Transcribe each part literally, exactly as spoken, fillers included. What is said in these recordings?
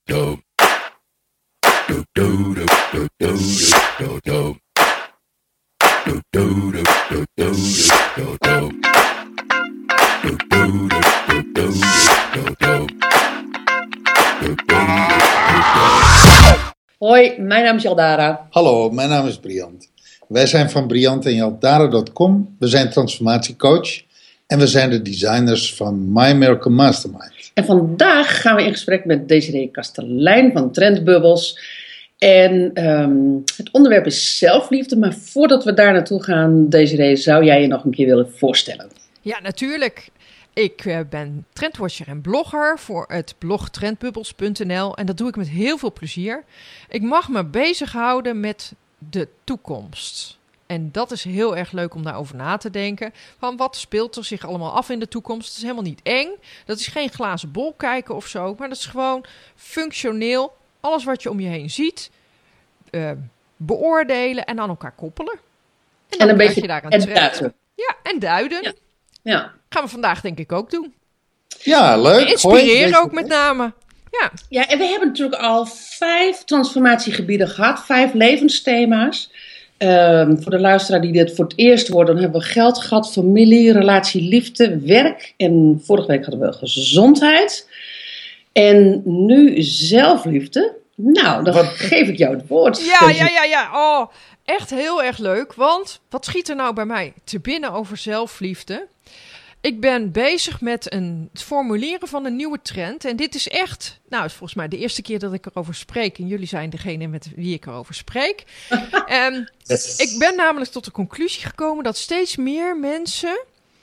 Hoi, mijn naam is Jaldara. Hallo, mijn naam is Briant. Wij zijn van Briant en Jaldara punt com. We zijn transformatiecoach en we zijn de designers van My Miracle Mastermind. En vandaag gaan we in gesprek met Desiree Kastelein van Trendbubbles. En um, het onderwerp is zelfliefde, maar voordat we daar naartoe gaan, Desiree, zou jij je nog een keer willen voorstellen? Ja, natuurlijk. Ik uh, ben trendwatcher en blogger voor het blog trendbubbles punt n l en dat doe ik met heel veel plezier. Ik mag me bezighouden met de toekomst. En dat is heel erg leuk om daarover na te denken. Van wat speelt er zich allemaal af in de toekomst? Dat is helemaal niet eng. Dat is geen glazen bol kijken of zo. Maar dat is gewoon functioneel. Alles wat je om je heen ziet. Uh, beoordelen en aan elkaar koppelen. En, dan en een krijg beetje je daar een en trend. duiden. Ja, en duiden. Ja. Ja. Gaan we vandaag denk ik ook doen. Ja, leuk. Inspireren Hoi. ook met name. Ja. Ja, en we hebben natuurlijk al vijf transformatiegebieden gehad. Vijf levensthema's. Um, voor de luisteraar die dit voor het eerst hoort, dan hebben we geld gehad, familie, relatie, liefde, werk. En vorige week hadden we gezondheid. En nu zelfliefde. Nou, dan Wat? geef ik jou het woord. Ja, ja, ja, ja. Oh, echt heel erg leuk. Want wat schiet er nou bij mij te binnen over zelfliefde? Ik ben bezig met een, het formuleren van een nieuwe trend. En dit is echt, nou, is volgens mij de eerste keer dat ik erover spreek. En jullie zijn degene met wie ik erover spreek. En Yes. ik ben namelijk tot de conclusie gekomen dat steeds meer mensen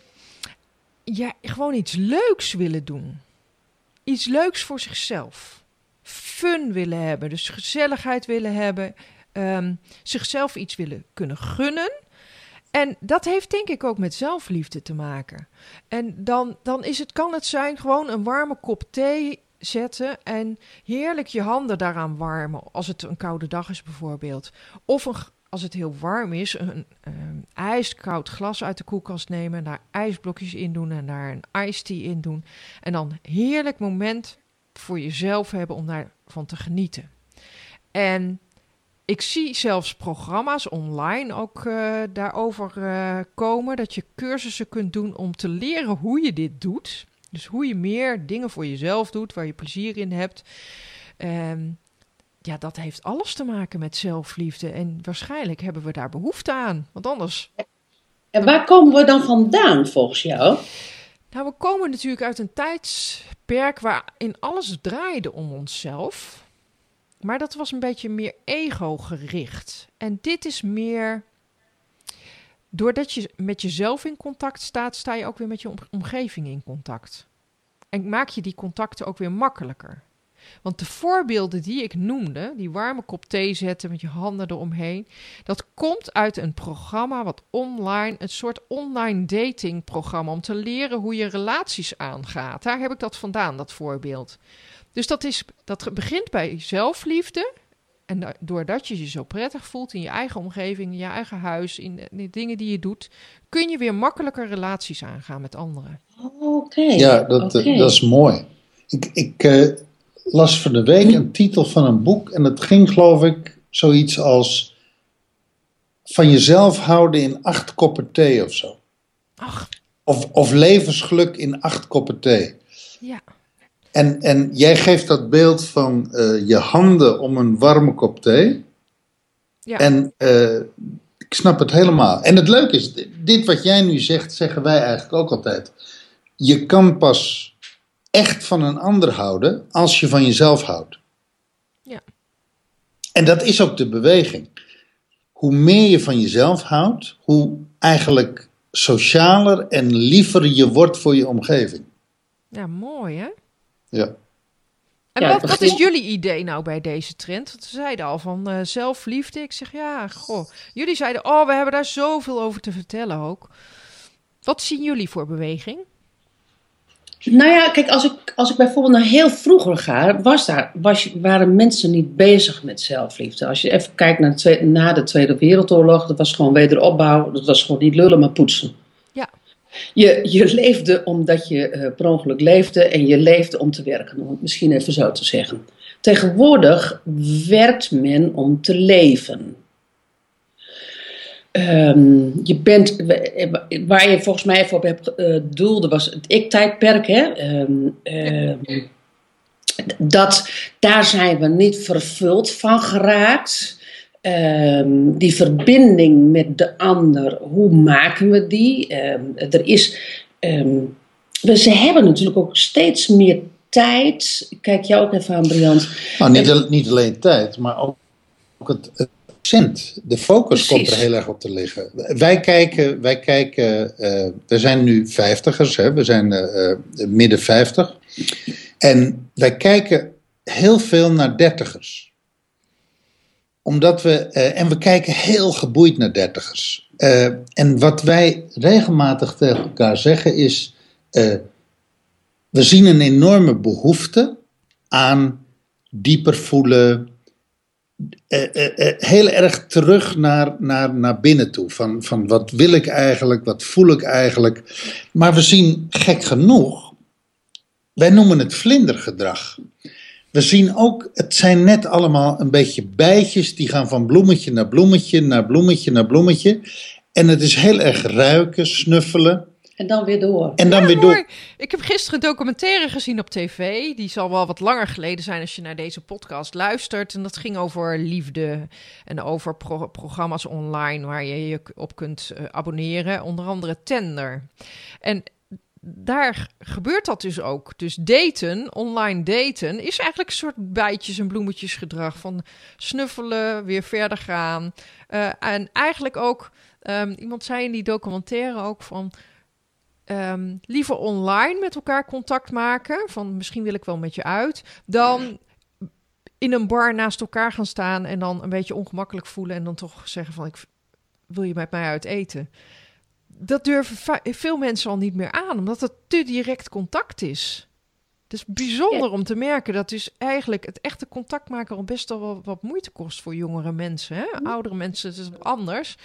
ja, gewoon iets leuks willen doen. Iets leuks voor zichzelf. Fun willen hebben, dus gezelligheid willen hebben. Um, zichzelf iets willen kunnen gunnen. En dat heeft denk ik ook met zelfliefde te maken. En dan, dan is het, kan het zijn gewoon een warme kop thee zetten en heerlijk je handen daaraan warmen. Als het een koude dag is bijvoorbeeld. Of een, als het heel warm is, een, een ijskoud glas uit de koelkast nemen. Daar ijsblokjes in doen en daar een iced tea in doen. En dan heerlijk moment voor jezelf hebben om daarvan te genieten. En ik zie zelfs programma's online ook uh, daarover uh, komen. Dat je cursussen kunt doen om te leren hoe je dit doet. Dus hoe je meer dingen voor jezelf doet, waar je plezier in hebt. Um, ja, dat heeft alles te maken met zelfliefde. En waarschijnlijk hebben we daar behoefte aan. Want anders... En waar komen we dan vandaan volgens jou? Nou, we komen natuurlijk uit een tijdsperk waarin alles draaide om onszelf. Maar dat was een beetje meer ego-gericht. En dit is meer... Doordat je met jezelf in contact staat, sta je ook weer met je omgeving in contact. En maak je die contacten ook weer makkelijker. Want de voorbeelden die ik noemde, die warme kop thee zetten met je handen eromheen, dat komt uit een programma wat online, een soort online datingprogramma, om te leren hoe je relaties aangaat. Daar heb ik dat vandaan, dat voorbeeld. Dus dat, is, dat begint bij zelfliefde. En da- doordat je je zo prettig voelt in je eigen omgeving, in je eigen huis, in de, in de dingen die je doet, kun je weer makkelijker relaties aangaan met anderen. Oké. Okay. Ja, dat, Okay. uh, dat is mooi. Ik, ik uh, las van de week een titel van een boek en het ging geloof ik zoiets als van jezelf houden in acht koppen thee of zo. Ach. Of, of levensgeluk in acht koppen thee. Ja. En, en jij geeft dat beeld van uh, je handen om een warme kop thee. Ja. En uh, ik snap het helemaal. En het leuke is, dit wat jij nu zegt, zeggen wij eigenlijk ook altijd. Je kan pas echt van een ander houden als je van jezelf houdt. Ja. En dat is ook de beweging. Hoe meer je van jezelf houdt, hoe eigenlijk socialer en liever je wordt voor je omgeving. Ja, mooi hè? Ja. En Ja, wat, het wat begint- is jullie idee nou bij deze trend? Want we zeiden al van uh, zelfliefde. Ik zeg ja, goh. Jullie zeiden, oh, we hebben daar zoveel over te vertellen ook. Wat zien jullie voor beweging? Nou ja, kijk, als ik, als ik bijvoorbeeld naar heel vroeger ga, was daar, was, waren mensen niet bezig met zelfliefde. Als je even kijkt naar de tweede, na de Tweede Wereldoorlog, dat was gewoon wederopbouw, dat was gewoon niet lullen, maar poetsen. Ja. Je, je leefde omdat je uh, per ongeluk leefde en je leefde om te werken, om het misschien even zo te zeggen. tegenwoordig werkt men om te leven. Um, je bent, waar je volgens mij even op hebt uh, doelde, was het ik-tijdperk. Hè? Um, um, dat, daar zijn we niet vervuld van geraakt. Um, die verbinding met de ander, hoe maken we die? Um, er is, um, we, ze hebben natuurlijk ook steeds meer tijd. Kijk jou ook even aan, Briant. Nou, niet, al, niet alleen tijd, maar ook, ook het, het accent. De focus Precies. komt er heel erg op te liggen. Wij kijken, wij kijken uh, we zijn nu vijftigers, hè? We zijn uh, midden vijftig. En wij kijken heel veel naar dertigers. Omdat we, uh, en we kijken heel geboeid naar dertigers. Uh, en wat wij regelmatig tegen elkaar zeggen is, uh, we zien een enorme behoefte aan dieper voelen, uh, uh, uh, heel erg terug naar, naar, naar binnen toe. Van, van wat wil ik eigenlijk, wat voel ik eigenlijk. Maar we zien gek genoeg, wij noemen het vlindergedrag. We zien ook, het zijn net allemaal een beetje bijtjes die gaan van bloemetje naar bloemetje, naar bloemetje, naar bloemetje. En het is heel erg ruiken, snuffelen. En dan weer door. En dan ja, weer door. Ik heb gisteren een documentaire gezien op tv. Die zal wel wat langer geleden zijn als je naar deze podcast luistert. En dat ging over liefde en over pro- programma's online waar je je op kunt uh, abonneren. Onder andere Tinder. En daar gebeurt dat dus ook. Dus daten, online daten, is eigenlijk een soort bijtjes- en bloemetjesgedrag. Van snuffelen, weer verder gaan. Uh, en eigenlijk ook, um, iemand zei in die documentaire ook van, Um, liever online met elkaar contact maken. Van misschien wil ik wel met je uit. Dan in een bar naast elkaar gaan staan en dan een beetje ongemakkelijk voelen. En dan toch zeggen van, ik wil je met mij uit eten. Dat durven va- veel mensen al niet meer aan. Omdat het te direct contact is. Het is bijzonder ja. om te merken dat dus eigenlijk het echte contact maken al best wel wat, wat moeite kost voor jongere mensen. Hè? Oudere mensen is het anders.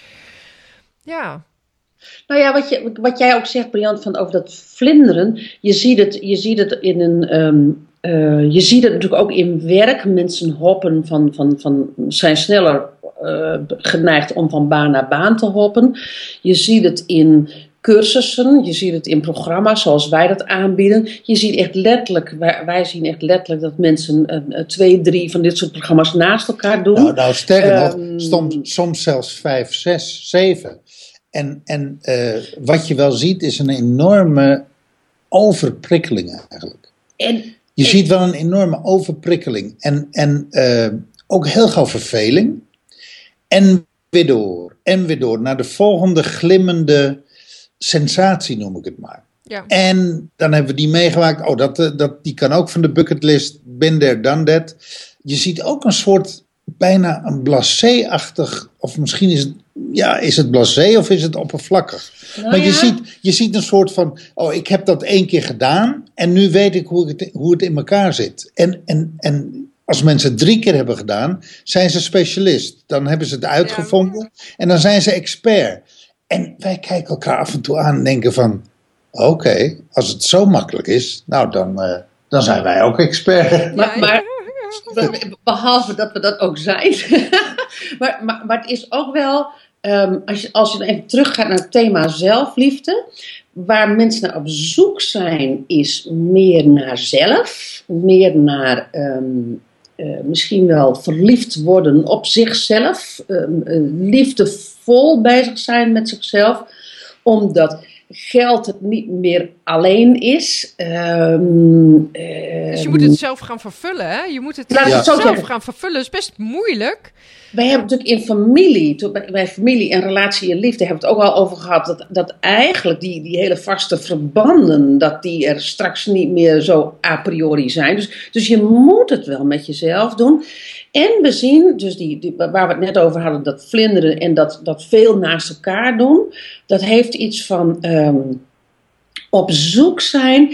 Ja. Nou ja, wat, je, wat jij ook zegt, Briant, van over dat vlinderen. Je ziet het, je ziet het in een. Um, uh, je ziet het natuurlijk ook in werk. Mensen hoppen van, van, van zijn sneller uh, geneigd om van baan naar baan te hoppen. Je ziet het in cursussen, je ziet het in programma's zoals wij dat aanbieden. Je ziet echt letterlijk, wij, wij zien echt letterlijk dat mensen uh, twee, drie van dit soort programma's naast elkaar doen. Nou, nou sterker um, nog, soms, soms zelfs vijf, zes, zeven. En, en uh, wat je wel ziet is een enorme overprikkeling eigenlijk. En, je en, ziet wel een enorme overprikkeling. En, en uh, ook heel gauw verveling. En weer door. En weer door. Naar de volgende glimmende sensatie noem ik het maar. Ja. En dan hebben we die meegemaakt. Oh, dat, dat, die kan ook van de bucketlist. Been there, done that. Je ziet ook een soort bijna een blasé-achtig, of misschien is het, ja, is het blasé of is het oppervlakkig? Nou, maar je, ja. ziet, je ziet een soort van, oh, ik heb dat één keer gedaan en nu weet ik hoe het, hoe het in elkaar zit. En, en, en als mensen het drie keer hebben gedaan, zijn ze specialist. Dan hebben ze het uitgevonden ja. en dan zijn ze expert. En wij kijken elkaar af en toe aan en denken van, oké, okay, als het zo makkelijk is, nou dan, uh, dan zijn wij ook expert. Maar, maar behalve dat we dat ook zijn. maar, maar, maar het is ook wel, um, als, je, als je dan even teruggaat naar het thema zelfliefde, waar mensen naar op zoek zijn, is meer naar zelf, meer naar um, uh, misschien wel verliefd worden op zichzelf, um, uh, liefdevol bezig zijn met zichzelf, omdat geld het niet meer alleen is. Um, dus je moet het zelf gaan vervullen, hè? Je moet het ja. zelf ja. gaan vervullen. Dat is best moeilijk. Wij hebben natuurlijk in familie, bij familie en relatie en liefde hebben we het ook al over gehad, dat, dat eigenlijk die, die hele vaste verbanden, dat die er straks niet meer zo a priori zijn. Dus, dus je moet het wel met jezelf doen. En we zien, dus die, die, waar we het net over hadden, dat vlinderen en dat, dat veel naast elkaar doen, dat heeft iets van um, op zoek zijn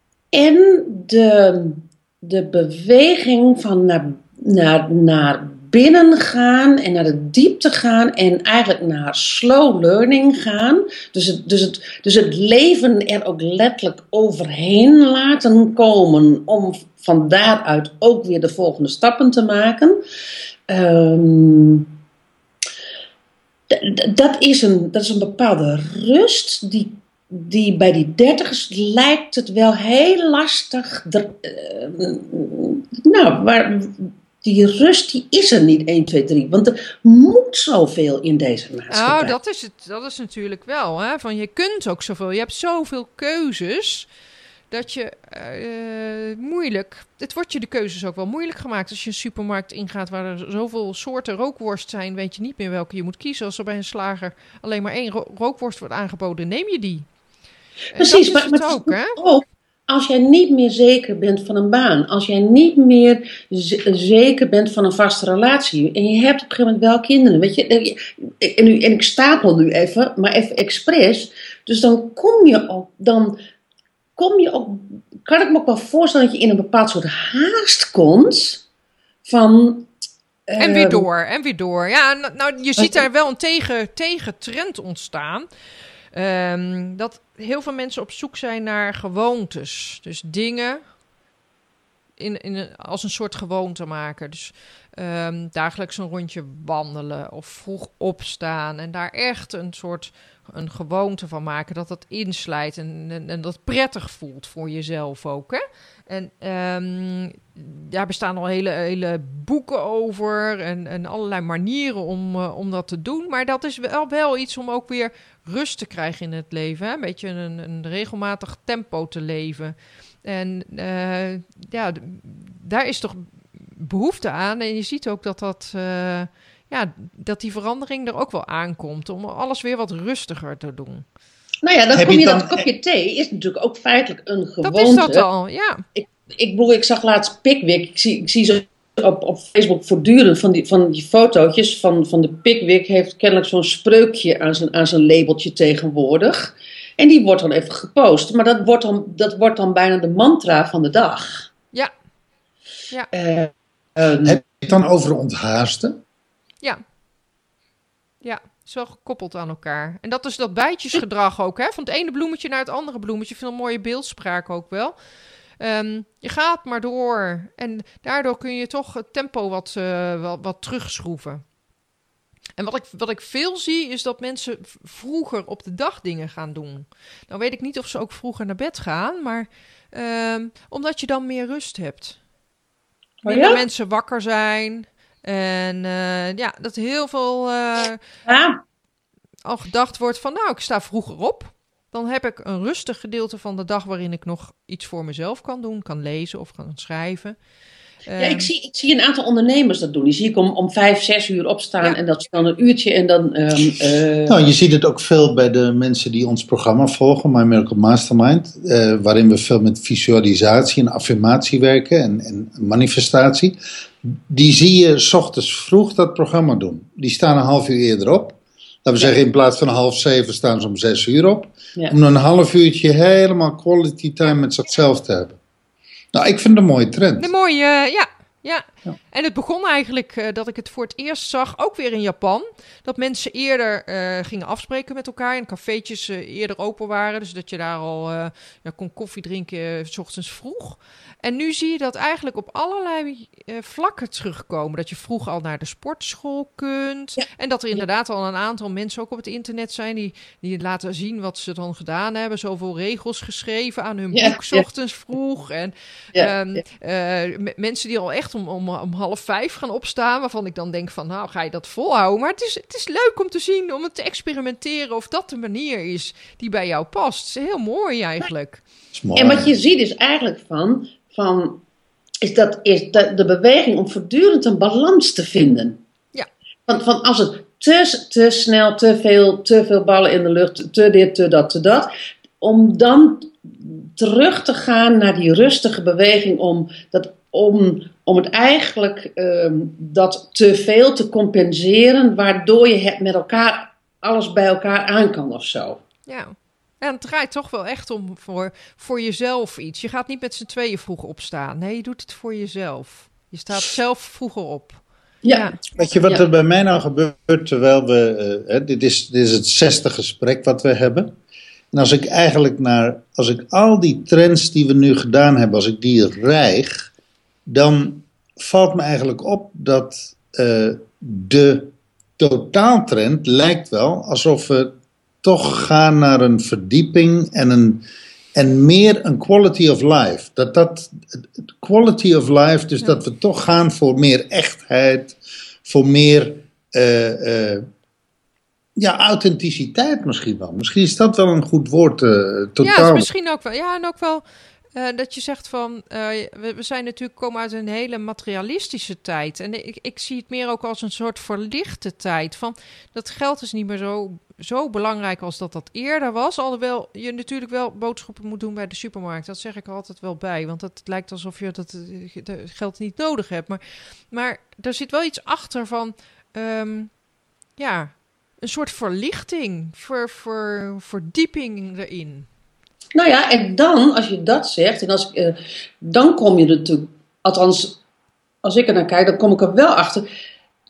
en de, de beweging van naar, naar, naar binnen gaan en naar de diepte gaan en eigenlijk naar slow learning gaan. Dus het, dus het, dus het leven er ook letterlijk overheen laten komen om van daaruit ook weer de volgende stappen te maken. Um, d- d- dat, is een, dat is een bepaalde rust die, die bij die dertigers lijkt het wel heel lastig. Er, uh, nou, waar, die rust die is er niet één, twee, drie. Want er moet zoveel in deze maatschappij. Nou, dat is het. Dat is natuurlijk wel. Hè? Van, je kunt ook zoveel. Je hebt zoveel keuzes. Dat je uh, moeilijk... Het wordt je de keuzes ook wel moeilijk gemaakt. Als je een supermarkt ingaat waar er zoveel soorten rookworst zijn, weet je niet meer welke je moet kiezen. Als er bij een slager alleen maar één ro- rookworst wordt aangeboden, neem je die. Precies, dat is maar, het maar ook, hè? ook als jij niet meer zeker bent van een baan, als jij niet meer z- zeker bent van een vaste relatie en je hebt op een gegeven moment wel kinderen, weet je, en, nu, en ik stapel nu even, maar even expres, dus dan kom je ook, dan kom je ook, kan ik me ook wel voorstellen dat je in een bepaald soort haast komt van... En weer door, en weer door. Ja, nou, nou je ziet daar wel een tegen, tegentrend ontstaan. Um, dat heel veel mensen op zoek zijn naar gewoontes. Dus dingen in, in een, als een soort gewoonte maken. Dus um, dagelijks een rondje wandelen of vroeg opstaan. En daar echt een soort een gewoonte van maken. Dat dat inslijt en, en, en dat prettig voelt voor jezelf ook. Hè? En um, daar bestaan al hele, hele boeken over en, en allerlei manieren om, uh, om dat te doen. Maar dat is wel, wel iets om ook weer rust te krijgen in het leven. Hè? Een beetje een, een regelmatig tempo te leven. En uh, ja, d- daar is toch behoefte aan. En je ziet ook dat dat... Uh, ja, dat die verandering er ook wel aankomt. Om alles weer wat rustiger te doen. Nou ja, dan Heb kom je je dan- dat kopje thee is natuurlijk ook feitelijk een gewoonte. Dat is dat al, ja. Ik, ik bedoel, ik zag laatst Pickwick. Ik zie, ik zie zo op, op Facebook voortdurend van die, van die fotootjes van, van de Pickwick. Heeft kennelijk zo'n spreukje aan zijn, aan zijn labeltje tegenwoordig. En die wordt dan even gepost. Maar dat wordt dan, dat wordt dan bijna de mantra van de dag. Ja. Ja. Uh, um, Heb je het dan over onthaasten? Ja. Ja, zo gekoppeld aan elkaar. En dat is dat bijtjesgedrag ook, hè? Van het ene bloemetje naar het andere bloemetje. Ik vind een mooie beeldspraak ook wel. Um, je gaat maar door. En daardoor kun je toch het tempo wat, uh, wat, wat terugschroeven. En wat ik, wat ik veel zie, is dat mensen v- vroeger op de dag dingen gaan doen. Nou weet ik niet of ze ook vroeger naar bed gaan, maar um, omdat je dan meer rust hebt. Oh Minder ja? mensen wakker zijn. En uh, ja, dat heel veel uh, ja. al gedacht wordt van, nou, ik sta vroeger op. Dan heb ik een rustig gedeelte van de dag waarin ik nog iets voor mezelf kan doen. Kan lezen of kan schrijven. Ja, ik zie, ik zie een aantal ondernemers dat doen. Die zie ik om, om vijf, zes uur opstaan ja. en dat is dan een uurtje en dan... Um, uh... Nou, je ziet het ook veel bij de mensen die ons programma volgen, My Miracle Mastermind, uh, waarin we veel met visualisatie en affirmatie werken en, en manifestatie. Die zie je 's ochtends vroeg dat programma doen. Die staan een half uur eerder op. Laten we ja. zeggen, in plaats van half zeven staan ze om zes uur op. Ja. Om een half uurtje helemaal quality time met zichzelf te hebben. Nou, ik vind het een mooie trend. Een mooie, uh, ja. Ja. ja, en het begon eigenlijk uh, dat ik het voor het eerst zag, ook weer in Japan, dat mensen eerder uh, gingen afspreken met elkaar en cafeetjes uh, eerder open waren. Dus dat je daar al uh, ja, kon koffie drinken uh, 's ochtends vroeg. En nu zie je dat eigenlijk op allerlei uh, vlakken terugkomen. Dat je vroeg al naar de sportschool kunt. Ja. En dat er inderdaad ja. al een aantal mensen ook op het internet zijn die, die laten zien wat ze dan gedaan hebben. Zoveel regels geschreven aan hun ja. boek 's ochtends ja. vroeg. En ja. Um, ja. Uh, m- mensen die al echt om, om, om half vijf gaan opstaan. Waarvan ik dan denk van, nou, ga je dat volhouden? Maar het is, het is leuk om te zien, om het te experimenteren of dat de manier is die bij jou past. Het is heel mooi eigenlijk. Mooi. En wat je ziet is eigenlijk van, van is dat is de, de beweging om voortdurend een balans te vinden. Ja. Want van als het te, te snel, te veel, te veel ballen in de lucht, te dit, te dat, te dat. Om dan terug te gaan naar die rustige beweging om dat Om, om het eigenlijk um, dat te veel te compenseren, waardoor je het met elkaar, alles bij elkaar aan kan of zo. Ja, en het draait toch wel echt om voor, voor jezelf iets. Je gaat niet met z'n tweeën vroeg opstaan. Nee, je doet het voor jezelf. Je staat zelf vroeger op. Ja. Ja. Weet je wat Ja. er bij mij nou gebeurt terwijl we... Uh, hè, dit, is, dit is het zesde gesprek wat we hebben. En als ik eigenlijk naar... Als ik al die trends die we nu gedaan hebben, als ik die rijg, dan valt me eigenlijk op dat uh, de totaaltrend lijkt wel alsof we toch gaan naar een verdieping en een... En meer een quality of life. Dat dat, quality of life, dus ja. dat we toch gaan voor meer echtheid, voor meer uh, uh, ja, authenticiteit misschien wel. Misschien is dat wel een goed woord. Uh, totaal. Ja, is misschien ook wel. Ja, en ook wel uh, dat je zegt van, uh, we, we zijn natuurlijk komen uit een hele materialistische tijd. En ik, ik zie het meer ook als een soort verlichte tijd. Van, dat geld is niet meer zo... zo belangrijk als dat dat eerder was. Alhoewel je natuurlijk wel boodschappen moet doen bij de supermarkt. Dat zeg ik er altijd wel bij. Want het lijkt alsof je dat de geld niet nodig hebt. Maar, maar er zit wel iets achter van... Um, ja, een soort verlichting. Ver, ver, verdieping erin. Nou ja, en dan, als je dat zegt... en als, uh, dan kom je natuurlijk... Althans, als ik er naar kijk, dan kom ik er wel achter...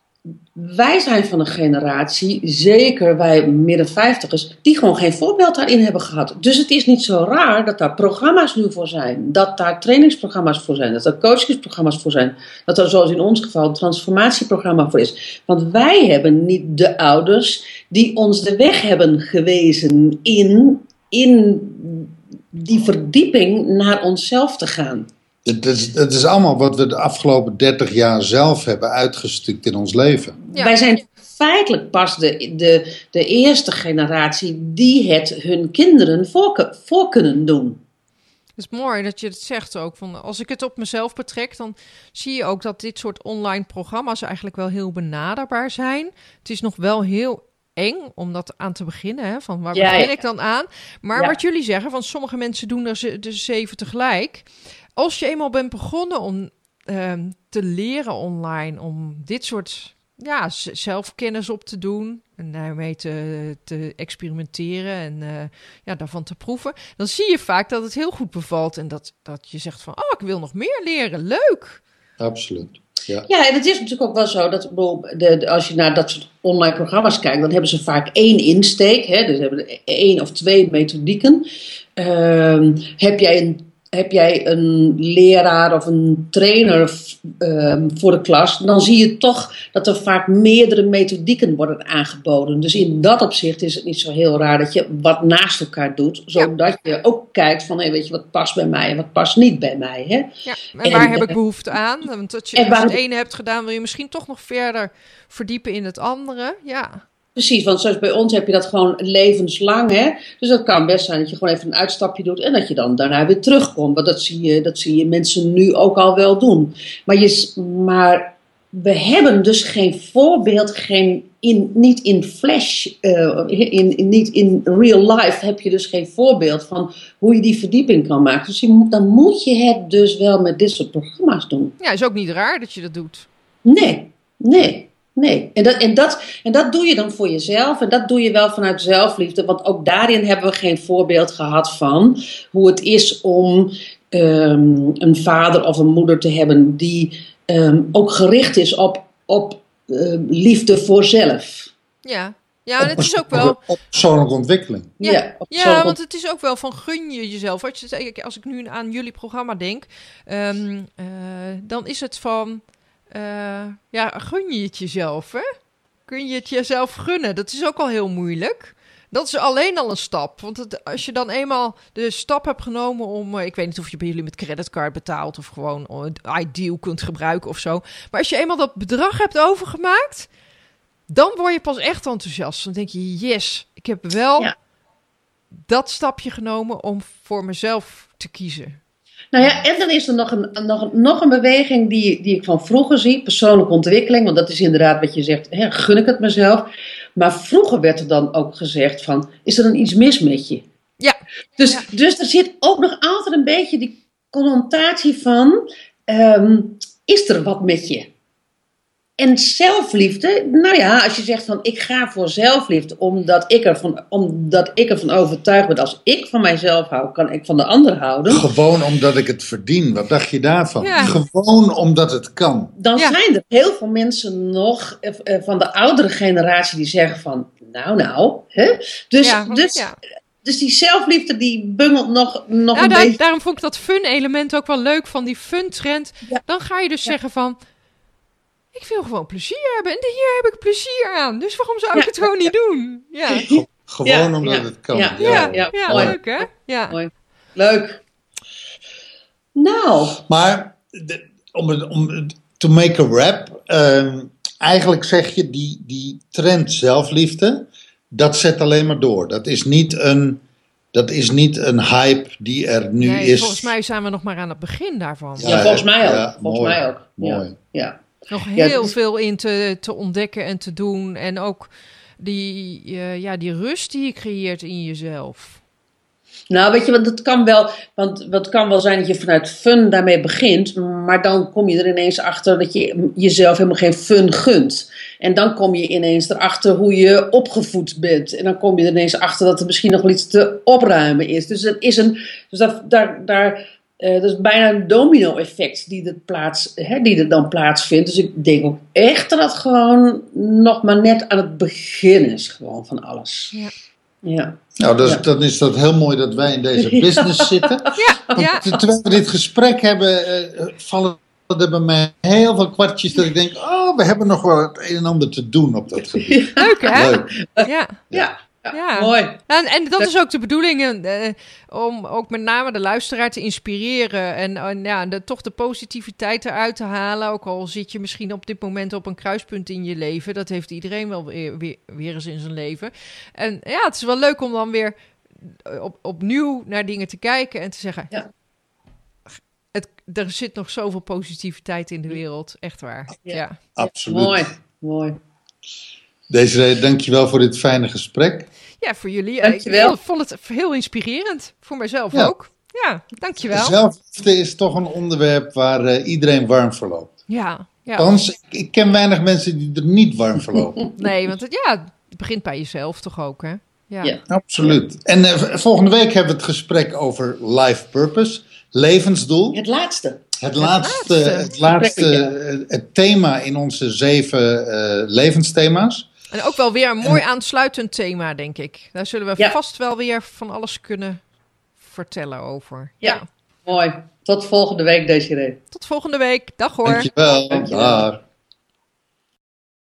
Wij zijn van een generatie, zeker wij midden vijftigers, die gewoon geen voorbeeld daarin hebben gehad. Dus het is niet zo raar dat daar programma's nu voor zijn. Dat daar trainingsprogramma's voor zijn. Dat daar coachingsprogramma's voor zijn. Dat er zoals in ons geval een transformatieprogramma voor is. Want wij hebben niet de ouders die ons de weg hebben gewezen in, in die verdieping naar onszelf te gaan. Het is, het is allemaal wat we de afgelopen dertig jaar zelf hebben uitgestukt in ons leven. Ja. Wij zijn feitelijk pas de, de, de eerste generatie die het hun kinderen voor, voor kunnen doen. Het is mooi dat je het zegt ook. Van, als ik het op mezelf betrek, dan zie je ook dat dit soort online programma's eigenlijk wel heel benaderbaar zijn. Het is nog wel heel eng om dat aan te beginnen. Hè? Van waar ja, begin ja. ik dan aan? Maar ja. wat jullie zeggen, van sommige mensen doen er ze, de zeven tegelijk. Als je eenmaal bent begonnen om uh, te leren online, om dit soort ja, zelfkennis op te doen en daarmee te, te experimenteren en uh, ja, daarvan te proeven, dan zie je vaak dat het heel goed bevalt en dat, dat je zegt van, oh, ik wil nog meer leren, leuk. Absoluut. Ja. ja, en het is natuurlijk ook wel zo dat de, de, als je naar dat soort online programma's kijkt, dan hebben ze vaak één insteek, hè, dus hebben één of twee methodieken. Uh, heb jij een Heb jij een leraar of een trainer uh, voor de klas, dan zie je toch dat er vaak meerdere methodieken worden aangeboden. Dus in dat opzicht is het niet zo heel raar dat je wat naast elkaar doet, zodat ja. je ook kijkt van, hey, weet je, wat past bij mij en wat past niet bij mij. Hè? Ja, en, en waar uh, heb ik behoefte aan? Want als je waar, het ene hebt gedaan, wil je misschien toch nog verder verdiepen in het andere. Ja. Precies, want zoals bij ons heb je dat gewoon levenslang. Hè? Dus dat kan best zijn dat je gewoon even een uitstapje doet en dat je dan daarna weer terugkomt. Want dat zie je, dat zie je mensen nu ook al wel doen. Maar, je, maar we hebben dus geen voorbeeld, geen in, niet in flash, uh, in, in, niet in real life heb je dus geen voorbeeld van hoe je die verdieping kan maken. Dus je, dan moet je het dus wel met dit soort programma's doen. Ja, is ook niet raar dat je dat doet. Nee, nee. Nee, en dat, en, dat, en dat doe je dan voor jezelf en dat doe je wel vanuit zelfliefde, want ook daarin hebben we geen voorbeeld gehad van hoe het is om um, een vader of een moeder te hebben die um, ook gericht is op, op uh, liefde voor zelf. Ja, ja, en het is ook wel... Op persoonlijke ontwikkeling. Ja, ja, ja, want het is ook wel van gun je jezelf. Als ik nu aan jullie programma denk, um, uh, dan is het van... Uh, ja, gun je het jezelf, hè? Kun je het jezelf gunnen? Dat is ook al heel moeilijk. Dat is alleen al een stap. Want het, als je dan eenmaal de stap hebt genomen om... Uh, ik weet niet of je bij jullie met creditcard betaalt... of gewoon uh, iDeal kunt gebruiken of zo. Maar als je eenmaal dat bedrag hebt overgemaakt... dan word je pas echt enthousiast. Dan denk je, yes, ik heb wel ja. dat stapje genomen... om voor mezelf te kiezen. Nou ja, en dan is er nog een, nog een, nog een beweging die, die ik van vroeger zie, persoonlijke ontwikkeling, want dat is inderdaad wat je zegt, hè, gun ik het mezelf. Maar vroeger werd er dan ook gezegd van, is er dan iets mis met je? Ja. Dus, ja. dus er zit ook nog altijd een beetje die connotatie van, um, is er wat met je? En zelfliefde, nou ja, als je zegt van ik ga voor zelfliefde omdat ik ervan, omdat ik ervan overtuigd ben, als ik van mijzelf hou, kan ik van de ander houden. Gewoon omdat ik het verdien. Wat dacht je daarvan? Ja. Gewoon omdat het kan. Dan Ja. zijn er heel veel mensen nog eh, van de oudere generatie die zeggen van, nou nou, hè? Dus, Ja, want- dus, ja. dus die zelfliefde die bungelt nog, nog Ja, een daar- beetje. daarom vond ik dat fun-element ook wel leuk van die fun-trend. Ja. Dan ga je dus Ja. zeggen van... Ik wil gewoon plezier hebben. En hier heb ik plezier aan. Dus waarom zou ik Ja. het gewoon niet doen? Ja, ja, Ge- Gewoon Ja, omdat ja, het kan. ja, ja, ja, mooi. leuk hè? Ja. Mooi. Leuk. Nou, Maar de- om het, om het, to make a rap, ehm, eigenlijk zeg je die, die trend zelfliefde, dat zet alleen maar door. Dat is niet een, dat is niet een hype die er nu Nee, is. volgens mij zijn we nog maar aan het begin daarvan. ja, volgens mij ook. ja, volgens mooi, mij ook. mooi. Ja, ja. Nog Ja, heel dus- veel in te, te ontdekken en te doen. En ook die, eh, ja, die rust die je creëert in jezelf. Nou, weet je, want het kan wel, want het kan wel zijn dat je vanuit fun daarmee begint, maar dan kom je er ineens achter dat je jezelf helemaal geen fun gunt. En dan kom je ineens erachter hoe je opgevoed bent. En dan kom je er ineens achter dat er misschien nog wel iets te opruimen is. Dus het is een, dus dat, daar, daar, eh, dat is bijna een domino-effect die er, plaats, hè, die er dan plaatsvindt. Dus ik denk ook echt dat het gewoon nog maar net aan het begin is, gewoon van alles. Ja. Ja. Nou, dat is, Ja. dan is dat heel mooi dat wij in deze business zitten. Ja, Want ja. te- terwijl we dit gesprek hebben, eh, vallen er bij mij heel veel kwartjes dat ik denk, oh, we hebben nog wel het een en ander te doen op dat gebied. Leuk hè? Leuk. Ja. Ja, ja, Ja. mooi. En, en dat is ook de bedoeling, eh, om ook met name de luisteraar te inspireren en, en ja, de, toch de positiviteit eruit te halen. Ook al zit je misschien op dit moment op een kruispunt in je leven. Dat heeft iedereen wel weer, weer, weer eens in zijn leven. En ja, het is wel leuk om dan weer op, opnieuw naar dingen te kijken en te zeggen... Ja. Het, er zit nog zoveel positiviteit in de wereld, echt waar. Ja. Ja. Absoluut. Mooi, mooi. Desiree, dankjewel voor dit fijne gesprek. Ja, voor jullie. Dankjewel. Ik vond het heel inspirerend. Voor mijzelf Ja. ook. Ja, dankjewel. Zelfliefde is toch een onderwerp waar eh, iedereen warm voor loopt. Ja, ja. Althans, ik, ik ken weinig mensen die er niet warm voor lopen. Nee, want het, ja, het begint bij jezelf toch ook, hè? Ja. Ja. Absoluut. En eh, v- volgende week hebben we het gesprek over life purpose, levensdoel. Het laatste. Het laatste, laatste. het, laatste eh, het thema in onze zeven eh, levensthema's. En ook wel weer een mooi aansluitend thema, denk ik. Daar zullen we Ja. vast wel weer van alles kunnen vertellen over. Ja. Mooi. Tot volgende week, Desiree. Tot volgende week. Dag hoor. Dankjewel. Dankjewel. Dag.